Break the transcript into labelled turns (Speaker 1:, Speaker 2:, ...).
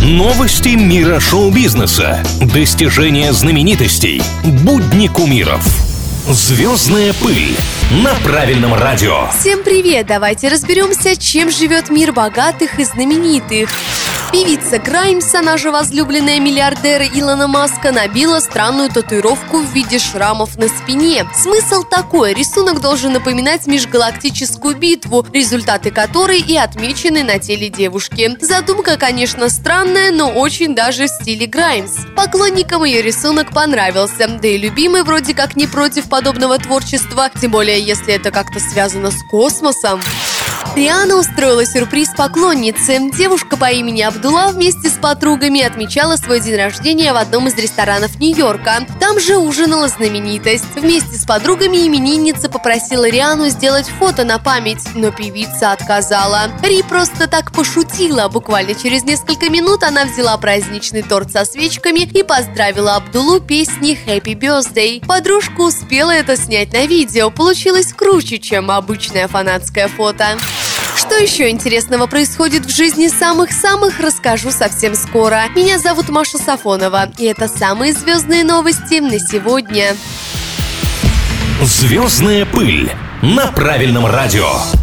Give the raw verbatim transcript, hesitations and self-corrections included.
Speaker 1: Новости мира шоу-бизнеса, достижения знаменитостей, будни кумиров. «Звездная пыль» на правильном радио.
Speaker 2: Всем привет! Давайте разберемся, чем живет мир богатых и знаменитых. Певица Граймс, она же возлюбленная миллиардера Илона Маска, набила странную татуировку в виде шрамов на спине. Смысл такой: рисунок должен напоминать межгалактическую битву, результаты которой и отмечены на теле девушки. Задумка, конечно, странная, но очень даже в стиле Граймс. Поклонникам ее рисунок понравился, да и любимый вроде как не против подобного творчества, тем более если это как-то связано с космосом. Рианна устроила сюрприз поклоннице. Девушка по имени Абдулла вместе с подругами отмечала свой день рождения в одном из ресторанов Нью-Йорка. Там же ужинала знаменитость. Вместе с подругами именинница попросила Рианну сделать фото на память, но певица отказала. Ри просто так пошутила. Буквально через несколько минут она взяла праздничный торт со свечками и поздравила Абдуллу песней «Happy Birthday». Подружка успела это снять на видео. Получилось круче, чем обычное фанатское фото. Что еще интересного происходит в жизни самых-самых, расскажу совсем скоро. Меня зовут Маша Сафонова, и это самые звездные новости на сегодня.
Speaker 1: «Звездная пыль» на правильном радио.